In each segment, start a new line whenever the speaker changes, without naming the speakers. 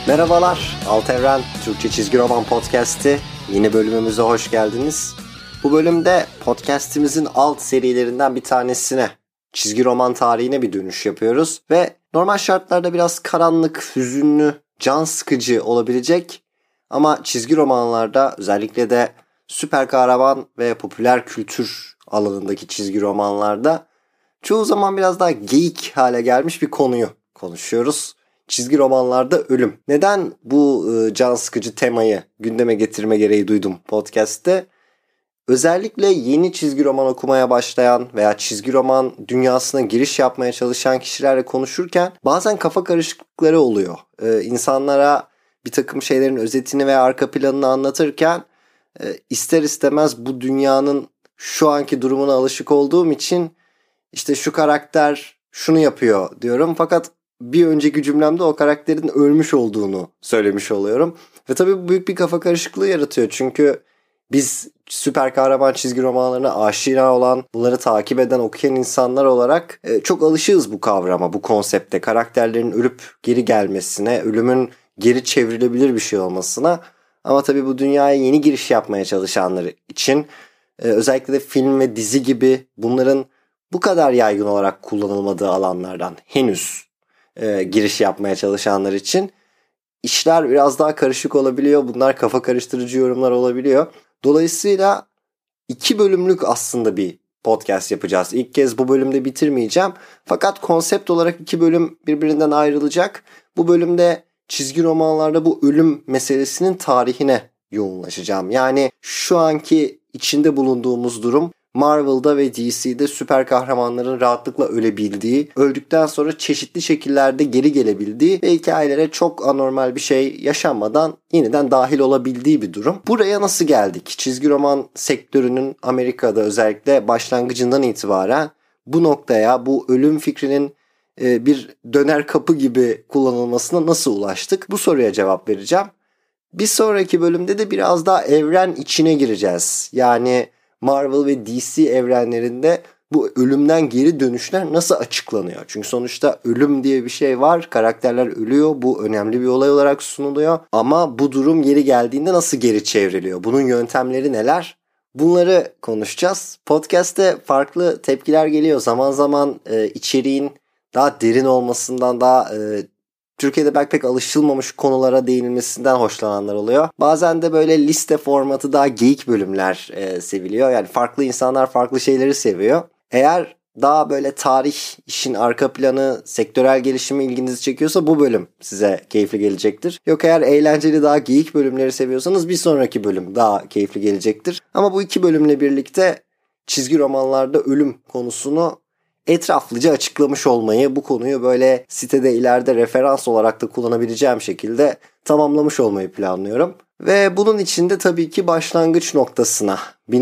Merhabalar, Alt Evren Türkçe Çizgi Roman Podcast'i yeni bölümümüze hoş geldiniz. Bu bölümde podcast'imizin alt serilerinden bir tanesine, çizgi roman tarihine bir dönüş yapıyoruz. Ve normal şartlarda biraz karanlık, hüzünlü, can sıkıcı olabilecek ama çizgi romanlarda özellikle de süper kahraman ve popüler kültür alanındaki çizgi romanlarda çoğu zaman biraz daha geyik hale gelmiş bir konuyu konuşuyoruz. Çizgi romanlarda ölüm. Neden bu can sıkıcı temayı gündeme getirme gereği duydum podcast'te? Özellikle yeni çizgi roman okumaya başlayan veya çizgi roman dünyasına giriş yapmaya çalışan kişilerle konuşurken bazen kafa karışıklıkları oluyor. İnsanlara bir takım şeylerin özetini veya arka planını anlatırken ister istemez bu dünyanın şu anki durumuna alışık olduğum için işte şu karakter şunu yapıyor diyorum. Fakat bir önceki cümlemde o karakterin ölmüş olduğunu söylemiş oluyorum. Ve tabii bu büyük bir kafa karışıklığı yaratıyor. Çünkü biz süper kahraman çizgi romanlarına aşina olan, bunları takip eden, okuyan insanlar olarak çok alışığız bu kavrama, bu konsepte. Karakterlerin ölüp geri gelmesine, ölümün geri çevrilebilir bir şey olmasına. Ama tabii bu dünyaya yeni giriş yapmaya çalışanlar için özellikle de film ve dizi gibi bunların bu kadar yaygın olarak kullanılmadığı alanlardan henüz giriş yapmaya çalışanlar için işler biraz daha karışık olabiliyor. Bunlar kafa karıştırıcı yorumlar olabiliyor. Dolayısıyla 2 bölümlük aslında bir podcast yapacağız. İlk kez bu bölümde bitirmeyeceğim. Fakat konsept olarak 2 bölüm birbirinden ayrılacak. Bu bölümde çizgi romanlarda bu ölüm meselesinin tarihine yoğunlaşacağım. Yani şu anki içinde bulunduğumuz durum, Marvel'da ve DC'de süper kahramanların rahatlıkla ölebildiği, öldükten sonra çeşitli şekillerde geri gelebildiği ve hikayelere çok anormal bir şey yaşanmadan yeniden dahil olabildiği bir durum. Buraya nasıl geldik? Çizgi roman sektörünün Amerika'da özellikle başlangıcından itibaren bu noktaya, bu ölüm fikrinin bir döner kapı gibi kullanılmasına nasıl ulaştık? Bu soruya cevap vereceğim. Bir sonraki bölümde de biraz daha evren içine gireceğiz. Yani Marvel ve DC evrenlerinde bu ölümden geri dönüşler nasıl açıklanıyor? Çünkü sonuçta ölüm diye bir şey var. Karakterler ölüyor. Bu önemli bir olay olarak sunuluyor. Ama bu durum geri geldiğinde nasıl geri çevriliyor? Bunun yöntemleri neler? Bunları konuşacağız. Podcast'te farklı tepkiler geliyor. Zaman zaman içeriğin daha derin olmasından, daha Türkiye'de belki pek alışılmamış konulara değinilmesinden hoşlananlar oluyor. Bazen de böyle liste formatı daha geyik bölümler seviliyor. Yani farklı insanlar farklı şeyleri seviyor. Eğer daha böyle tarih, işin arka planı, sektörel gelişimi ilginizi çekiyorsa bu bölüm size keyifli gelecektir. Yok eğer eğlenceli daha geyik bölümleri seviyorsanız bir sonraki bölüm daha keyifli gelecektir. Ama bu 2 bölümle birlikte çizgi romanlarda ölüm konusunu etraflıca açıklamış olmayı, bu konuyu böyle sitede ileride referans olarak da kullanabileceğim şekilde tamamlamış olmayı planlıyorum. Ve bunun içinde tabii ki başlangıç noktasına,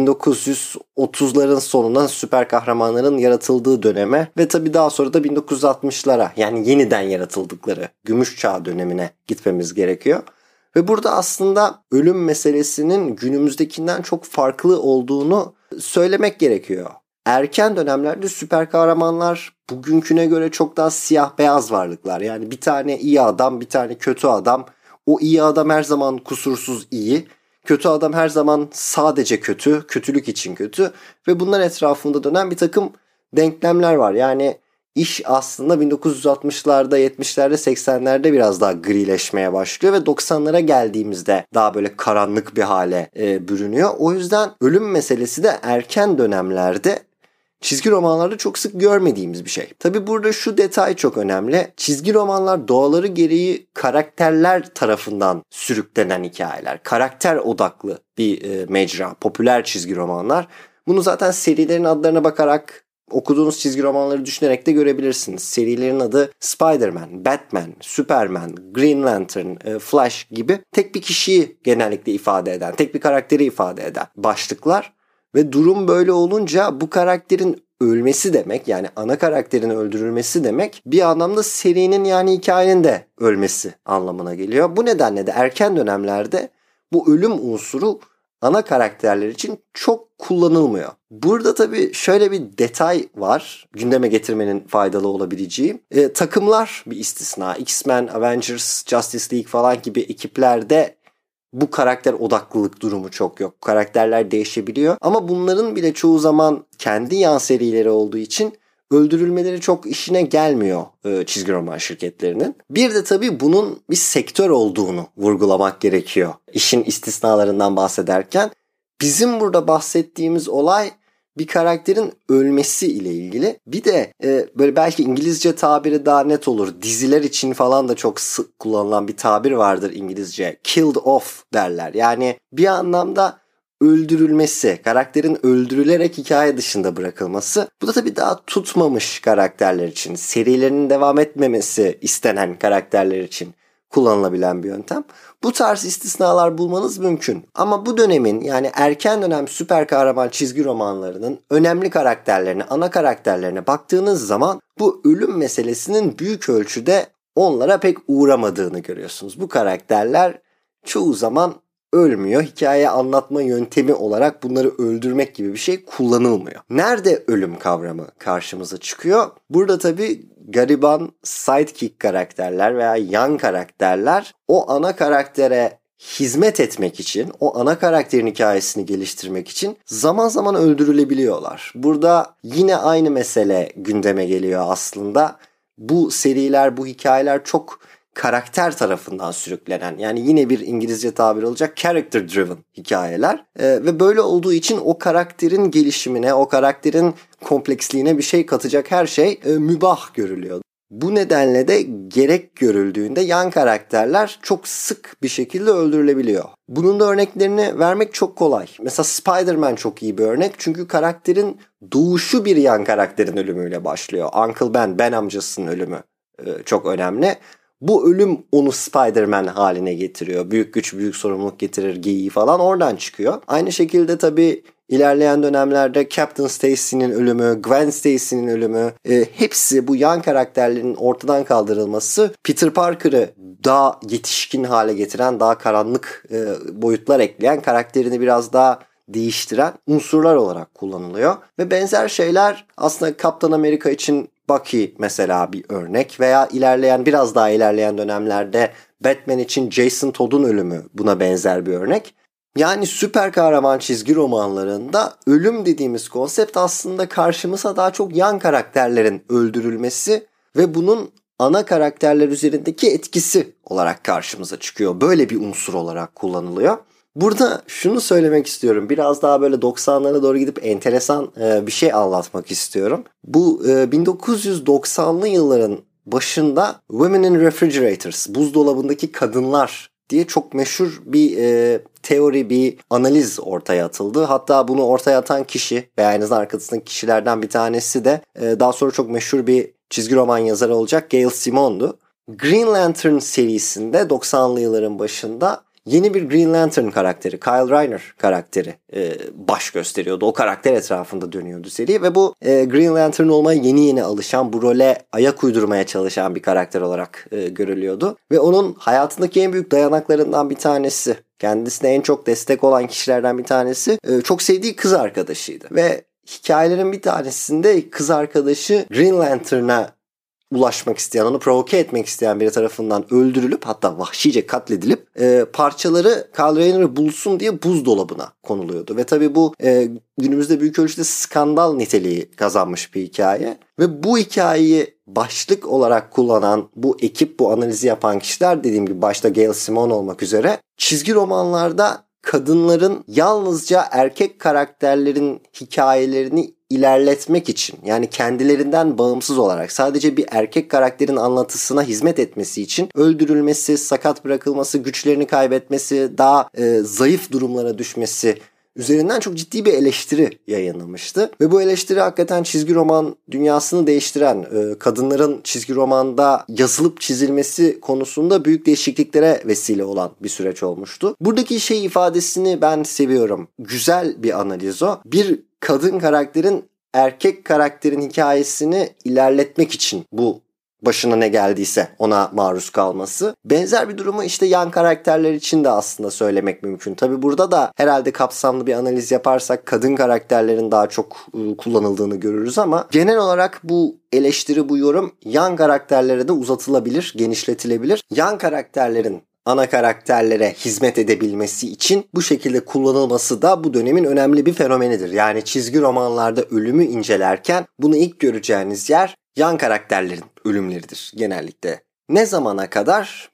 1930'ların sonuna süper kahramanların yaratıldığı döneme ve tabii daha sonra da 1960'lara, yani yeniden yaratıldıkları Gümüş Çağ dönemine gitmemiz gerekiyor. Ve burada aslında ölüm meselesinin günümüzdekinden çok farklı olduğunu söylemek gerekiyor. Erken dönemlerde süper kahramanlar bugünküne göre çok daha siyah beyaz varlıklar. Yani bir tane iyi adam, bir tane kötü adam. O iyi adam her zaman kusursuz iyi. Kötü adam her zaman sadece kötü, kötülük için kötü. Ve bunlar etrafında dönen bir takım denklemler var. Yani iş aslında 1960'larda, 70'lerde, 80'lerde biraz daha grileşmeye başlıyor. Ve 90'lara geldiğimizde daha böyle karanlık bir hale bürünüyor. O yüzden ölüm meselesi de erken dönemlerde çizgi romanlarda çok sık görmediğimiz bir şey. Tabii burada şu detay çok önemli. Çizgi romanlar doğaları gereği karakterler tarafından sürüklenen hikayeler. Karakter odaklı bir mecra. Popüler çizgi romanlar. Bunu zaten serilerin adlarına bakarak, okuduğunuz çizgi romanları düşünerek de görebilirsiniz. Serilerin adı Spider-Man, Batman, Superman, Green Lantern, Flash gibi tek bir kişiyi genellikle ifade eden, tek bir karakteri ifade eden başlıklar. Ve durum böyle olunca bu karakterin ölmesi demek, yani ana karakterin öldürülmesi demek bir anlamda serinin, yani hikayenin de ölmesi anlamına geliyor. Bu nedenle de erken dönemlerde bu ölüm unsuru ana karakterler için çok kullanılmıyor. Burada tabii şöyle bir detay var. Gündeme getirmenin faydalı olabileceği. Takımlar bir istisna. X-Men, Avengers, Justice League falan gibi ekiplerde bu karakter odaklılık durumu çok yok. Karakterler değişebiliyor. Ama bunların bile çoğu zaman kendi yan serileri olduğu için öldürülmeleri çok işine gelmiyor çizgi roman şirketlerinin. Bir de tabii bunun bir sektör olduğunu vurgulamak gerekiyor. İşin istisnalarından bahsederken. Bizim burada bahsettiğimiz olay bir karakterin ölmesi ile ilgili. Bir de böyle belki İngilizce tabiri daha net olur. Diziler için falan da çok sık kullanılan bir tabir vardır İngilizce. Killed off derler. Yani bir anlamda öldürülmesi, karakterin öldürülerek hikaye dışında bırakılması. Bu da tabii daha tutmamış karakterler için, serilerinin devam etmemesi istenen karakterler için kullanılabilen bir yöntem. Bu tarz istisnalar bulmanız mümkün. Ama bu dönemin yani erken dönem süper kahraman çizgi romanlarının önemli karakterlerine, ana karakterlerine baktığınız zaman bu ölüm meselesinin büyük ölçüde onlara pek uğramadığını görüyorsunuz. Bu karakterler çoğu zaman ölmüyor. Hikaye anlatma yöntemi olarak bunları öldürmek gibi bir şey kullanılmıyor. Nerede ölüm kavramı karşımıza çıkıyor? Burada tabii gariban sidekick karakterler veya yan karakterler o ana karaktere hizmet etmek için, o ana karakterin hikayesini geliştirmek için zaman zaman öldürülebiliyorlar. Burada yine aynı mesele gündeme geliyor aslında. Bu seriler, bu hikayeler çok karakter tarafından sürüklenen, yani yine bir İngilizce tabir olacak character driven hikayeler ve böyle olduğu için o karakterin gelişimine, o karakterin kompleksliğine bir şey katacak her şey mübah görülüyor. Bu nedenle de gerek görüldüğünde yan karakterler çok sık bir şekilde öldürülebiliyor. Bunun da örneklerini vermek çok kolay. Mesela Spider-Man çok iyi bir örnek. Çünkü karakterin doğuşu bir yan karakterin ölümüyle başlıyor. Uncle Ben amcasının ölümü çok önemli. Bu ölüm onu Spider-Man haline getiriyor. Büyük güç büyük sorumluluk getirir geyiği falan oradan çıkıyor. Aynı şekilde tabii ilerleyen dönemlerde Captain Stacy'nin ölümü, Gwen Stacy'nin ölümü hepsi bu yan karakterlerin ortadan kaldırılması Peter Parker'ı daha yetişkin hale getiren, daha karanlık boyutlar ekleyen, karakterini biraz daha değiştiren unsurlar olarak kullanılıyor. Ve benzer şeyler aslında Kaptan Amerika için Bucky mesela bir örnek veya biraz daha ilerleyen dönemlerde Batman için Jason Todd'un ölümü buna benzer bir örnek. Yani süper kahraman çizgi romanlarında ölüm dediğimiz konsept aslında karşımıza daha çok yan karakterlerin öldürülmesi ve bunun ana karakterler üzerindeki etkisi olarak karşımıza çıkıyor. Böyle bir unsur olarak kullanılıyor. Burada şunu söylemek istiyorum. Biraz daha böyle 90'lara doğru gidip enteresan bir şey anlatmak istiyorum. Bu 1990'lı yılların başında Women in Refrigerators, buzdolabındaki kadınlar diye çok meşhur bir teori, bir analiz ortaya atıldı. Hatta bunu ortaya atan kişi ve aynı zamanda arkasındaki kişilerden bir tanesi de daha sonra çok meşhur bir çizgi roman yazarı olacak Gail Simon'du. Green Lantern serisinde 90'lı yılların başında yeni bir Green Lantern karakteri, Kyle Rayner karakteri baş gösteriyordu. O karakter etrafında dönüyordu seri ve bu Green Lantern olmaya yeni alışan, bu role ayak uydurmaya çalışan bir karakter olarak görülüyordu. Ve onun hayatındaki en büyük dayanaklarından bir tanesi, kendisine en çok destek olan kişilerden bir tanesi çok sevdiği kız arkadaşıydı. Ve hikayelerin bir tanesinde kız arkadaşı Green Lantern'a ulaşmak isteyen, onu provoke etmek isteyen biri tarafından öldürülüp hatta vahşice katledilip parçaları Kyle Rayner'ı bulsun diye buzdolabına konuluyordu. Ve tabii bu günümüzde büyük ölçüde skandal niteliği kazanmış bir hikaye. Ve bu hikayeyi başlık olarak kullanan bu ekip, bu analizi yapan kişiler, dediğim gibi başta Gail Simon olmak üzere, çizgi romanlarda kadınların yalnızca erkek karakterlerin hikayelerini ilerletmek için, yani kendilerinden bağımsız olarak sadece bir erkek karakterin anlatısına hizmet etmesi için öldürülmesi, sakat bırakılması, güçlerini kaybetmesi, daha zayıf durumlara düşmesi üzerinden çok ciddi bir eleştiri yayınlamıştı. Ve bu eleştiri hakikaten çizgi roman dünyasını değiştiren, kadınların çizgi romanda yazılıp çizilmesi konusunda büyük değişikliklere vesile olan bir süreç olmuştu. Buradaki şey ifadesini ben seviyorum. Güzel bir analiz o. Bir kadın karakterin erkek karakterin hikayesini ilerletmek için bu başına ne geldiyse ona maruz kalması. Benzer bir durumu işte yan karakterler için de aslında söylemek mümkün. Tabi burada da herhalde kapsamlı bir analiz yaparsak kadın karakterlerin daha çok kullanıldığını görürüz ama genel olarak bu eleştiri, bu yorum yan karakterlere de uzatılabilir, genişletilebilir. Yan karakterlerin ana karakterlere hizmet edebilmesi için bu şekilde kullanılması da bu dönemin önemli bir fenomenidir. Yani çizgi romanlarda ölümü incelerken bunu ilk göreceğiniz yer yan karakterlerin ölümleridir genellikle. Ne zamana kadar?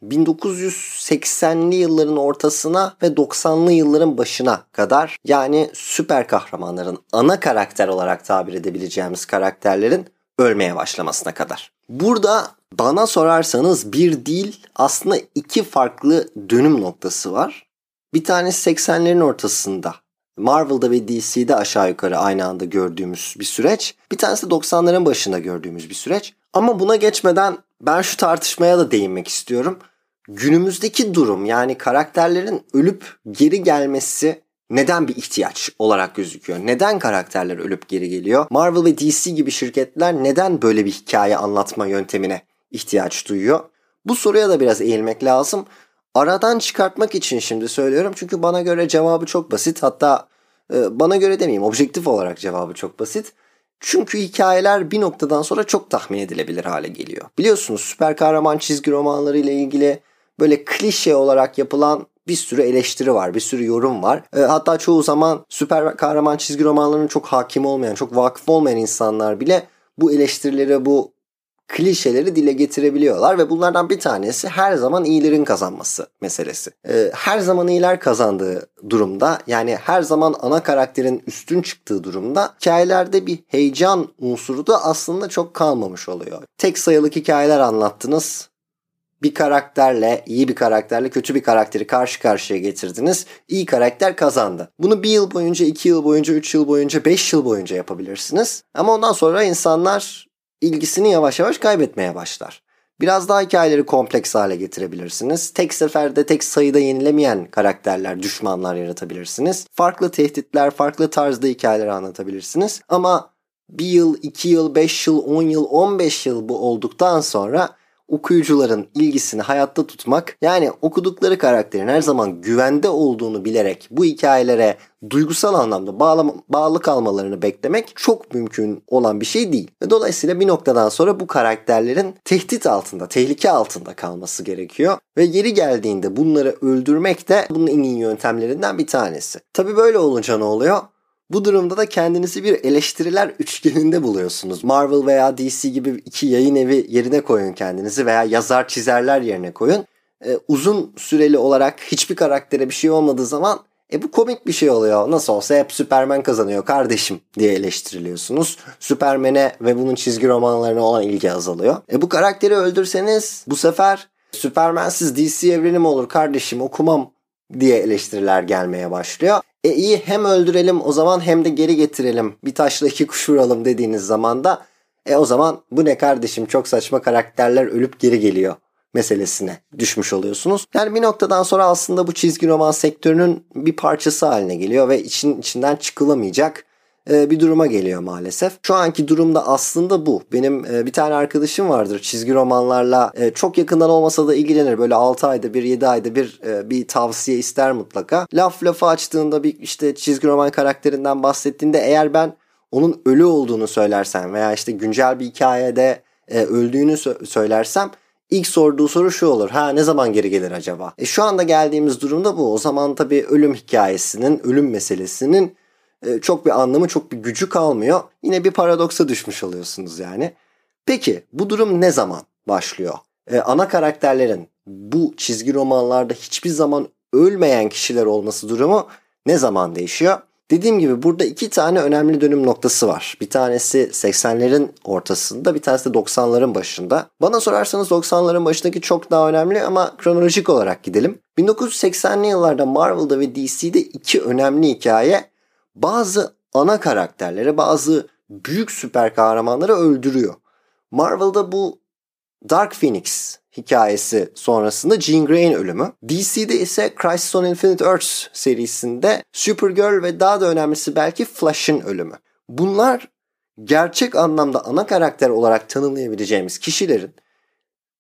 1980'li yılların ortasına ve 90'lı yılların başına kadar, yani süper kahramanların ana karakter olarak tabir edebileceğimiz karakterlerin ölmeye başlamasına kadar. Burada bana sorarsanız bir değil, aslında iki farklı dönüm noktası var. Bir tanesi 80'lerin ortasında, Marvel'da ve DC'de aşağı yukarı aynı anda gördüğümüz bir süreç. Bir tanesi de 90'ların başında gördüğümüz bir süreç. Ama buna geçmeden ben şu tartışmaya da değinmek istiyorum. Günümüzdeki durum, yani karakterlerin ölüp geri gelmesi neden bir ihtiyaç olarak gözüküyor? Neden karakterler ölüp geri geliyor? Marvel ve DC gibi şirketler neden böyle bir hikaye anlatma yöntemine ihtiyaç duyuyor? Bu soruya da biraz eğilmek lazım. Aradan çıkartmak için şimdi söylüyorum. Çünkü bana göre cevabı çok basit. Hatta bana göre demeyeyim, objektif olarak cevabı çok basit. Çünkü hikayeler bir noktadan sonra çok tahmin edilebilir hale geliyor. Biliyorsunuz süper kahraman çizgi romanları ile ilgili böyle klişe olarak yapılan bir sürü eleştiri var, bir sürü yorum var. Hatta çoğu zaman süper kahraman çizgi romanlarının çok hakim olmayan, çok vakıf olmayan insanlar bile bu eleştirileri, bu klişeleri dile getirebiliyorlar ve bunlardan bir tanesi her zaman iyilerin kazanması meselesi. Her zaman iyiler kazandığı durumda, yani her zaman ana karakterin üstün çıktığı durumda hikayelerde bir heyecan unsuru da aslında çok kalmamış oluyor. Tek sayılık hikayeler anlattınız. Bir karakterle, iyi bir karakterle kötü bir karakteri karşı karşıya getirdiniz. İyi karakter kazandı. Bunu 1 yıl boyunca, 2 yıl boyunca, 3 yıl boyunca, 5 yıl boyunca yapabilirsiniz. Ama ondan sonra insanlar ilgisini yavaş yavaş kaybetmeye başlar. Biraz daha hikayeleri kompleks hale getirebilirsiniz. Tek seferde, tek sayıda yenilemeyen karakterler, düşmanlar yaratabilirsiniz. Farklı tehditler, farklı tarzda hikayeler anlatabilirsiniz. Ama 1 yıl, 2 yıl, 5 yıl, 10 yıl, 15 yıl bu olduktan sonra okuyucuların ilgisini hayatta tutmak, yani okudukları karakterin her zaman güvende olduğunu bilerek bu hikayelere duygusal anlamda bağlı kalmalarını beklemek çok mümkün olan bir şey değil. Ve dolayısıyla bir noktadan sonra bu karakterlerin tehdit altında, tehlike altında kalması gerekiyor. Ve yeri geldiğinde bunları öldürmek de bunun en iyi yöntemlerinden bir tanesi. Tabii böyle olunca ne oluyor? Bu durumda da kendinizi bir eleştiriler üçgeninde buluyorsunuz. Marvel veya DC gibi iki yayın evi yerine koyun kendinizi veya yazar çizerler yerine koyun. Uzun süreli olarak hiçbir karaktere bir şey olmadığı zaman bu komik bir şey oluyor. Nasıl olsa hep Superman kazanıyor kardeşim diye eleştiriliyorsunuz. Superman'e ve bunun çizgi romanlarına olan ilgi azalıyor. Bu karakteri öldürseniz bu sefer Superman'siz DC evreni mi olur kardeşim, okumam diye eleştiriler gelmeye başlıyor. İyi, hem öldürelim o zaman hem de geri getirelim, bir taşla iki kuş vuralım dediğiniz zaman da o zaman bu ne kardeşim, çok saçma karakterler ölüp geri geliyor meselesine düşmüş oluyorsunuz. Yani bir noktadan sonra aslında bu çizgi roman sektörünün bir parçası haline geliyor ve içinden çıkılamayacak bir duruma geliyor maalesef. Şu anki durumda aslında bu. Benim bir tane arkadaşım vardır, çizgi romanlarla çok yakından olmasa da ilgilenir. Böyle 6 ayda bir, 7 ayda bir tavsiye ister mutlaka. Lafı açtığında bir işte çizgi roman karakterinden bahsettiğinde eğer ben onun ölü olduğunu söylersem veya işte güncel bir hikayede öldüğünü söylersem İlk sorduğu soru şu olur: ne zaman geri gelir acaba? Şu anda geldiğimiz durumda bu. O zaman tabii ölüm hikayesinin, ölüm meselesinin çok bir anlamı, çok bir gücü kalmıyor. Yine bir paradoksa düşmüş oluyorsunuz yani. Peki bu durum ne zaman başlıyor? Ana karakterlerin bu çizgi romanlarda hiçbir zaman ölmeyen kişiler olması durumu ne zaman değişiyor? Dediğim gibi burada iki tane önemli dönüm noktası var. Bir tanesi 80'lerin ortasında, bir tanesi de 90'ların başında. Bana sorarsanız 90'ların başındaki çok daha önemli ama kronolojik olarak gidelim. 1980'li yıllarda Marvel'da ve DC'de iki önemli hikaye bazı ana karakterleri, bazı büyük süper kahramanları öldürüyor. Marvel'da bu Dark Phoenix hikayesi sonrasında Jean Grey'in ölümü. DC'de ise Crisis on Infinite Earths serisinde Supergirl ve daha da önemlisi belki Flash'ın ölümü. Bunlar gerçek anlamda ana karakter olarak tanımlayabileceğimiz kişilerin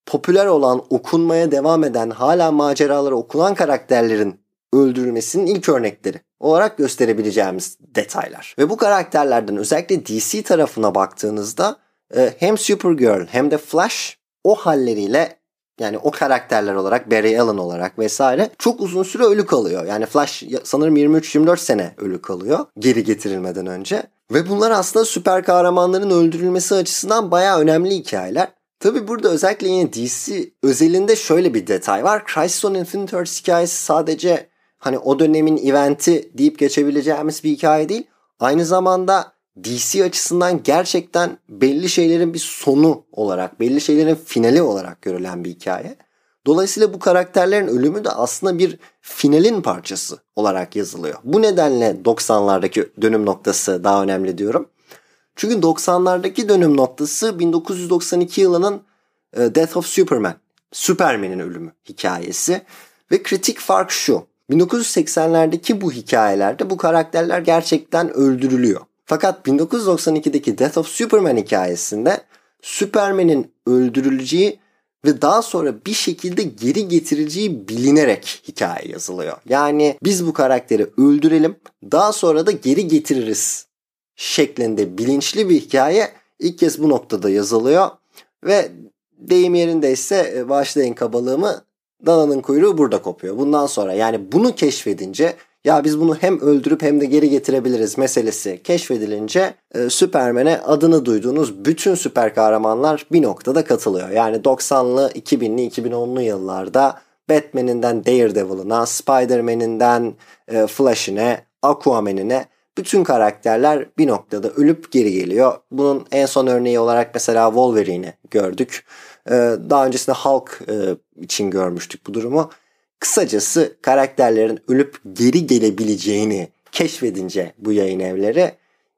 popüler olan, okunmaya devam eden, hala maceraları okunan karakterlerin öldürülmesinin ilk örnekleri olarak gösterebileceğimiz detaylar. Ve bu karakterlerden özellikle DC tarafına baktığınızda hem Supergirl hem de Flash o halleriyle, yani o karakterler olarak, Barry Allen olarak vesaire çok uzun süre ölü kalıyor. Yani Flash sanırım 23-24 sene ölü kalıyor geri getirilmeden önce. Ve bunlar aslında süper kahramanların öldürülmesi açısından bayağı önemli hikayeler. Tabi burada özellikle yine DC özelinde şöyle bir detay var. Crisis on Infinite Earths hikayesi sadece hani o dönemin eventi deyip geçebileceğimiz bir hikaye değil. Aynı zamanda DC açısından gerçekten belli şeylerin bir sonu olarak, belli şeylerin finali olarak görülen bir hikaye. Dolayısıyla bu karakterlerin ölümü de aslında bir finalin parçası olarak yazılıyor. Bu nedenle 90'lardaki dönüm noktası daha önemli diyorum. Çünkü 90'lardaki dönüm noktası 1992 yılının Death of Superman, Superman'in ölümü hikayesi. Ve kritik fark şu: 1980'lerdeki bu hikayelerde bu karakterler gerçekten öldürülüyor. Fakat 1992'deki Death of Superman hikayesinde Superman'in öldürüleceği ve daha sonra bir şekilde geri getirileceği bilinerek hikaye yazılıyor. Yani biz bu karakteri öldürelim, daha sonra da geri getiririz şeklinde bilinçli bir hikaye ilk kez bu noktada yazılıyor. Ve deyim yerindeyse, bağışlayın kabalığımı, dananın kuyruğu burada kopuyor. Bundan sonra yani bunu keşfedince, ya biz bunu hem öldürüp hem de geri getirebiliriz meselesi keşfedilince Superman'e adını duyduğunuz bütün süper kahramanlar bir noktada katılıyor. Yani 90'lı, 2000'li, 2010'lu yıllarda Batman'inden Daredevil'ına, Spider-Man'inden Flash'ine, Aquaman'ine bütün karakterler bir noktada ölüp geri geliyor. Bunun en son örneği olarak mesela Wolverine'i gördük. Daha öncesinde Hulk için görmüştük bu durumu. Kısacası karakterlerin ölüp geri gelebileceğini keşfedince bu yayın evleri,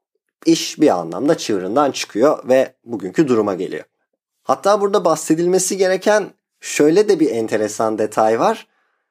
iş bir anlamda çığırından çıkıyor ve bugünkü duruma geliyor. Hatta burada bahsedilmesi gereken şöyle de bir enteresan detay var.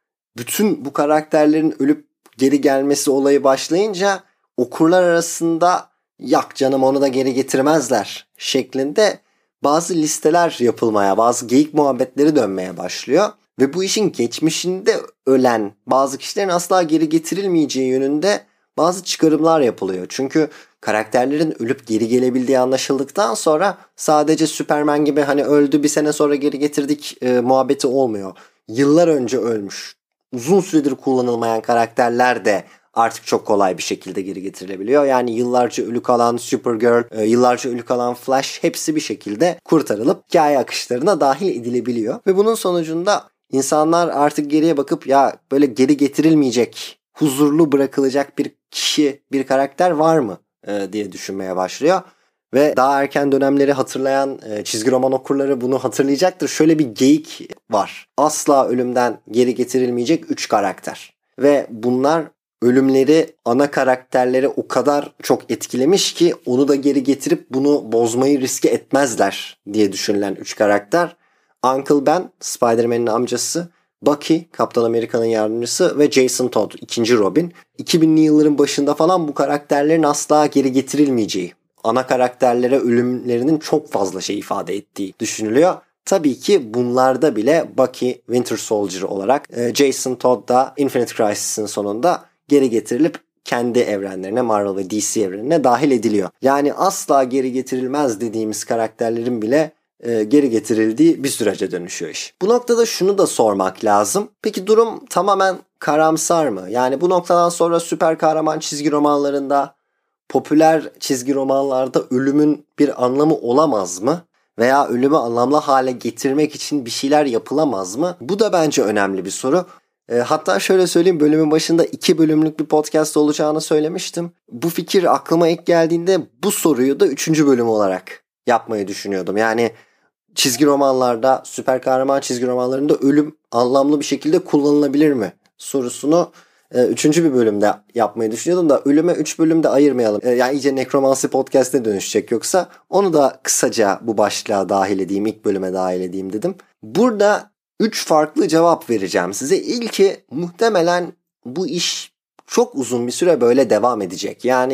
Bütün bu karakterlerin ölüp geri gelmesi olayı başlayınca okurlar arasında "yak canım, onu da geri getirmezler" şeklinde bazı listeler yapılmaya, bazı geyik muhabbetleri dönmeye başlıyor. Ve bu işin geçmişinde ölen bazı kişilerin asla geri getirilmeyeceği yönünde bazı çıkarımlar yapılıyor. Çünkü karakterlerin ölüp geri gelebildiği anlaşıldıktan sonra sadece Superman gibi hani öldü bir sene sonra geri getirdik muhabbeti olmuyor. Yıllar önce ölmüş, uzun süredir kullanılmayan karakterler de artık çok kolay bir şekilde geri getirilebiliyor. Yani yıllarca ölü kalan Supergirl, yıllarca ölü kalan Flash, hepsi bir şekilde kurtarılıp hikaye akışlarına dahil edilebiliyor. Ve bunun sonucunda İnsanlar artık geriye bakıp ya böyle geri getirilmeyecek, huzurlu bırakılacak bir kişi, bir karakter var mı diye düşünmeye başlıyor. Ve daha erken dönemleri hatırlayan çizgi roman okurları bunu hatırlayacaktır. Şöyle bir geyik var: asla ölümden geri getirilmeyecek 3 karakter. Ve bunlar ölümleri ana karakterleri o kadar çok etkilemiş ki onu da geri getirip bunu bozmayı riske etmezler diye düşünülen 3 karakter: Uncle Ben, Spider-Man'in amcası; Bucky, Kaptan Amerika'nın yardımcısı; ve Jason Todd, ikinci Robin. 2000'li yılların başında falan bu karakterlerin asla geri getirilmeyeceği, ana karakterlere ölümlerinin çok fazla şey ifade ettiği düşünülüyor. Tabii ki bunlarda bile Bucky Winter Soldier olarak, Jason Todd da Infinite Crisis'in sonunda geri getirilip kendi evrenlerine, Marvel ve DC evrenine dahil ediliyor. Yani asla geri getirilmez dediğimiz karakterlerin bile geri getirildiği bir sürece dönüşüyor iş. Bu noktada şunu da sormak lazım: peki durum tamamen karamsar mı? Yani bu noktadan sonra süper kahraman çizgi romanlarında, popüler çizgi romanlarda ölümün bir anlamı olamaz mı? Veya ölümü anlamlı hale getirmek için bir şeyler yapılamaz mı? Bu da bence önemli bir soru. Hatta şöyle söyleyeyim, bölümün başında 2 bölümlük bir podcast olacağını söylemiştim. Bu fikir aklıma ilk geldiğinde bu soruyu da 3. bölüm olarak yapmayı düşünüyordum. Yani çizgi romanlarda, süper kahraman çizgi romanlarında ölüm anlamlı bir şekilde kullanılabilir mi sorusunu 3. bir bölümde yapmayı düşünüyordum da ölüme 3 bölümde ayırmayalım. Yani iyice nekromansi podcast'e dönüşecek yoksa, onu da kısaca bu başlığa dahil edeyim, ilk bölüme dahil edeyim dedim. Burada 3 farklı cevap vereceğim size. İlki, muhtemelen bu iş çok uzun bir süre böyle devam edecek. Yani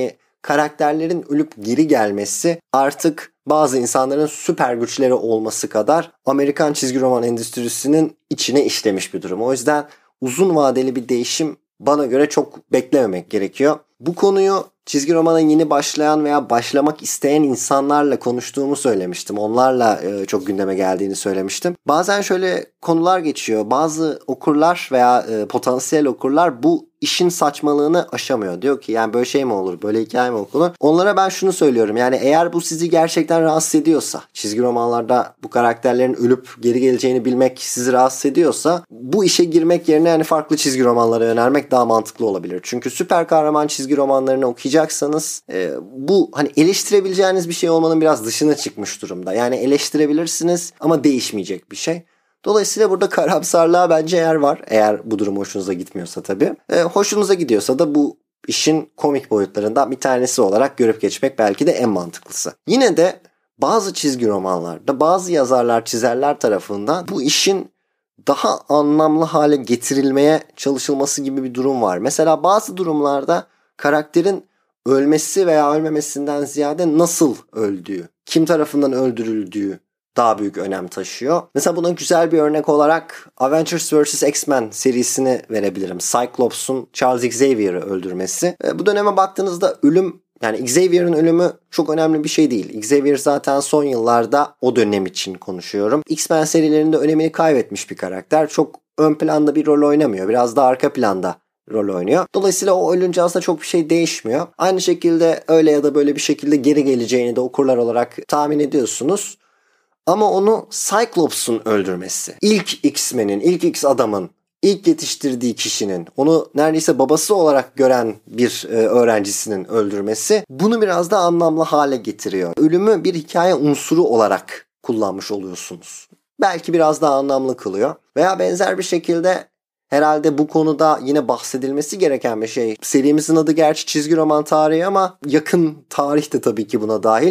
karakterlerin ölüp geri gelmesi artık bazı insanların süper güçleri olması kadar Amerikan çizgi roman endüstrisinin içine işlemiş bir durum. O yüzden uzun vadeli bir değişim bana göre çok beklememek gerekiyor. Bu konuyu çizgi romana yeni başlayan veya başlamak isteyen insanlarla konuştuğumu söylemiştim. Onlarla çok gündeme geldiğini söylemiştim. Bazen şöyle konular geçiyor. Bazı okurlar veya potansiyel okurlar bu işin saçmalığını aşamıyor. Diyor ki yani böyle şey mi olur? Böyle hikaye mi okunur? Onlara ben şunu söylüyorum. Yani eğer bu sizi gerçekten rahatsız ediyorsa, çizgi romanlarda bu karakterlerin ölüp geri geleceğini bilmek sizi rahatsız ediyorsa bu işe girmek yerine yani farklı çizgi romanlara yönelmek daha mantıklı olabilir. Çünkü süper kahraman çizgi romanlarını okuyacaksanız bu hani eleştirebileceğiniz bir şey olmanın biraz dışına çıkmış durumda. Yani eleştirebilirsiniz ama değişmeyecek bir şey. Dolayısıyla burada karamsarlığa bence yer var. Eğer bu durum hoşunuza gitmiyorsa tabii. Hoşunuza gidiyorsa da bu işin komik boyutlarından bir tanesi olarak görüp geçmek belki de en mantıklısı. Yine de bazı çizgi romanlarda bazı yazarlar, çizerler tarafından bu işin daha anlamlı hale getirilmeye çalışılması gibi bir durum var. Mesela bazı durumlarda karakterin ölmesi veya ölmemesinden ziyade nasıl öldüğü, kim tarafından öldürüldüğü daha büyük önem taşıyor. Mesela buna güzel bir örnek olarak Avengers vs. X-Men serisini verebilirim. Cyclops'un Charles Xavier'ı öldürmesi. Bu döneme baktığınızda ölüm, yani Xavier'ın ölümü çok önemli bir şey değil. Xavier zaten son yıllarda, o dönem için konuşuyorum, X-Men serilerinde önemini kaybetmiş bir karakter. Çok ön planda bir rol oynamıyor. Biraz da arka planda rol oynuyor. Dolayısıyla o ölünce aslında çok bir şey değişmiyor. Aynı şekilde öyle ya da böyle bir şekilde geri geleceğini de okurlar olarak tahmin ediyorsunuz. Ama onu Cyclops'un öldürmesi, ilk X-Men'in, ilk X-Adam'ın, ilk yetiştirdiği kişinin, onu neredeyse babası olarak gören bir öğrencisinin öldürmesi bunu biraz da anlamlı hale getiriyor. Ölümü bir hikaye unsuru olarak kullanmış oluyorsunuz. Belki biraz daha anlamlı kılıyor. Veya benzer bir şekilde herhalde bu konuda yine bahsedilmesi gereken bir şey. Serimizin adı gerçi çizgi roman tarihi ama yakın tarih de tabii ki buna dahil.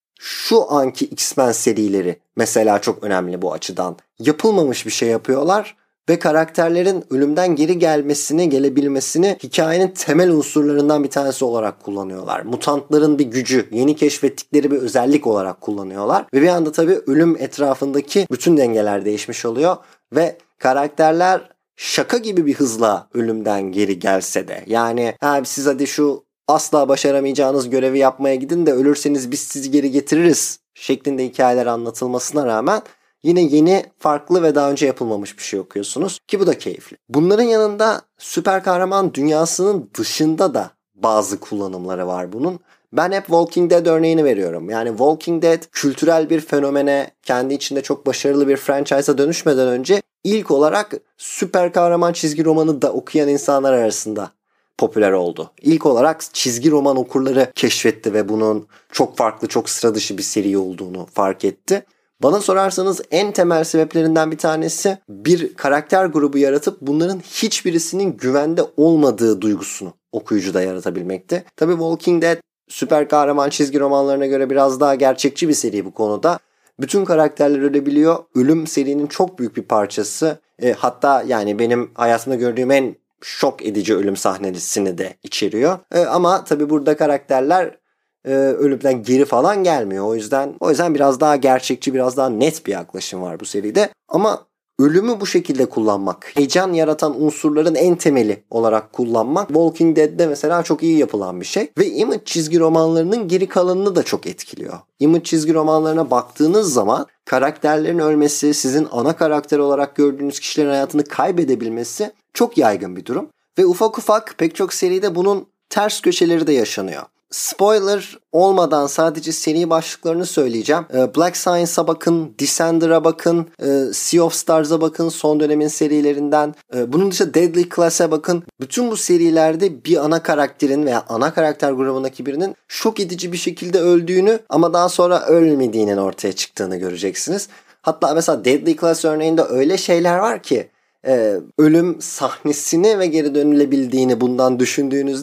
Şu anki X-Men serileri mesela çok önemli bu açıdan. Yapılmamış bir şey yapıyorlar ve karakterlerin ölümden geri gelebilmesini hikayenin temel unsurlarından bir tanesi olarak kullanıyorlar. Mutantların bir gücü, yeni keşfettikleri bir özellik olarak kullanıyorlar. Ve bir anda tabii ölüm etrafındaki bütün dengeler değişmiş oluyor ve karakterler şaka gibi bir hızla ölümden geri gelse de, yani siz hadi şu asla başaramayacağınız görevi yapmaya gidin de ölürseniz biz sizi geri getiririz şeklinde hikayeler anlatılmasına rağmen yine yeni, farklı ve daha önce yapılmamış bir şey okuyorsunuz ki bu da keyifli. Bunların yanında süper kahraman dünyasının dışında da bazı kullanımları var bunun. Ben hep Walking Dead örneğini veriyorum. Yani Walking Dead kültürel bir fenomene, kendi içinde çok başarılı bir franchise'a dönüşmeden önce ilk olarak süper kahraman çizgi romanı da okuyan insanlar arasında popüler oldu. İlk olarak çizgi roman okurları keşfetti ve bunun çok farklı, çok sıra dışı bir seri olduğunu fark etti. Bana sorarsanız en temel sebeplerinden bir tanesi bir karakter grubu yaratıp bunların hiçbirisinin güvende olmadığı duygusunu okuyucuda yaratabilmekti. Tabii Walking Dead süper kahraman çizgi romanlarına göre biraz daha gerçekçi bir seri bu konuda. Bütün karakterler ölebiliyor. Ölüm serinin çok büyük bir parçası. Hatta yani benim hayatımda gördüğüm en şok edici ölüm sahnesini de içeriyor. Ama tabii burada karakterler ölümden geri falan gelmiyor. O yüzden biraz daha gerçekçi, biraz daha net bir yaklaşım var bu seride. Ama ölümü bu şekilde kullanmak, heyecan yaratan unsurların en temeli olarak kullanmak Walking Dead'de mesela çok iyi yapılan bir şey. Ve Image çizgi romanlarının geri kalanını da çok etkiliyor. Image çizgi romanlarına baktığınız zaman karakterlerin ölmesi, sizin ana karakter olarak gördüğünüz kişilerin hayatını kaybedebilmesi çok yaygın bir durum. Ve ufak ufak pek çok seride bunun ters köşeleri de yaşanıyor. Spoiler olmadan sadece seri başlıklarını söyleyeceğim. Black Science'a bakın, Descender'a bakın, Sea of Stars'a bakın, son dönemin serilerinden. Bunun dışında Deadly Class'e bakın. Bütün bu serilerde bir ana karakterin veya ana karakter grubundaki birinin şok edici bir şekilde öldüğünü ama daha sonra ölmediğinin ortaya çıktığını göreceksiniz. Hatta mesela Deadly Class örneğinde öyle şeyler var ki ölüm sahnesini ve geri dönülebildiğini bundan düşündüğünüzde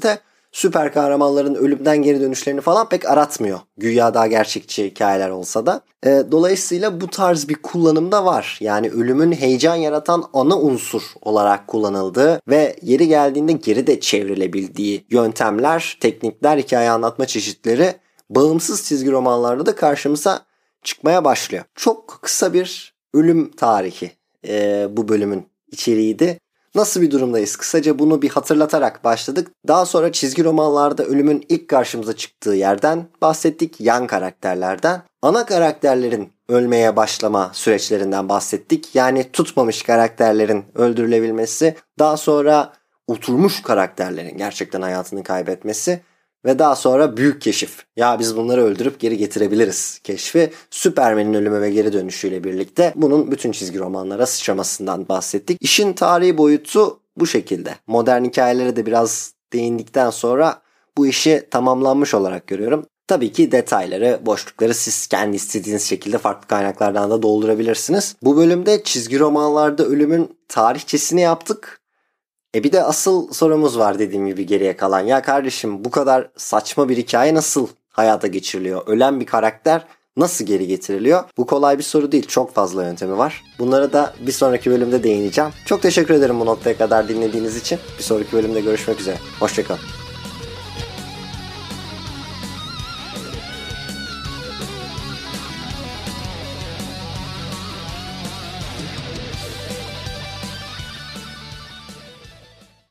süper kahramanların ölümden geri dönüşlerini falan pek aratmıyor. Güya daha gerçekçi hikayeler olsa da. Dolayısıyla bu tarz bir kullanım da var. Yani ölümün heyecan yaratan ana unsur olarak kullanıldığı ve yeri geldiğinde geri de çevrilebildiği yöntemler, teknikler, hikaye anlatma çeşitleri bağımsız çizgi romanlarda da karşımıza çıkmaya başlıyor. Çok kısa bir ölüm tarihi bu bölümün içeriğiydi. Nasıl bir durumdayız? Kısaca bunu bir hatırlatarak başladık. Daha sonra çizgi romanlarda ölümün ilk karşımıza çıktığı yerden bahsettik. Yan karakterlerden. Ana karakterlerin ölmeye başlama süreçlerinden bahsettik. Yani tutmamış karakterlerin öldürülebilmesi. Daha sonra oturmuş karakterlerin gerçekten hayatını kaybetmesi. Ve daha sonra büyük keşif. Ya biz bunları öldürüp geri getirebiliriz keşfi. Superman'in ölümü ve geri dönüşüyle birlikte bunun bütün çizgi romanlara sıçramasından bahsettik. İşin tarihi boyutu bu şekilde. Modern hikayelere de biraz değindikten sonra bu işi tamamlanmış olarak görüyorum. Tabii ki detayları, boşlukları siz kendi istediğiniz şekilde farklı kaynaklardan da doldurabilirsiniz. Bu bölümde çizgi romanlarda ölümün tarihçesini yaptık. Bir de asıl sorumuz var dediğim gibi geriye kalan. Ya kardeşim bu kadar saçma bir hikaye nasıl hayata geçiriliyor? Ölen bir karakter nasıl geri getiriliyor? Bu kolay bir soru değil. Çok fazla yöntemi var. Bunlara da bir sonraki bölümde değineceğim. Çok teşekkür ederim bu noktaya kadar dinlediğiniz için. Bir sonraki bölümde görüşmek üzere. Hoşçakalın.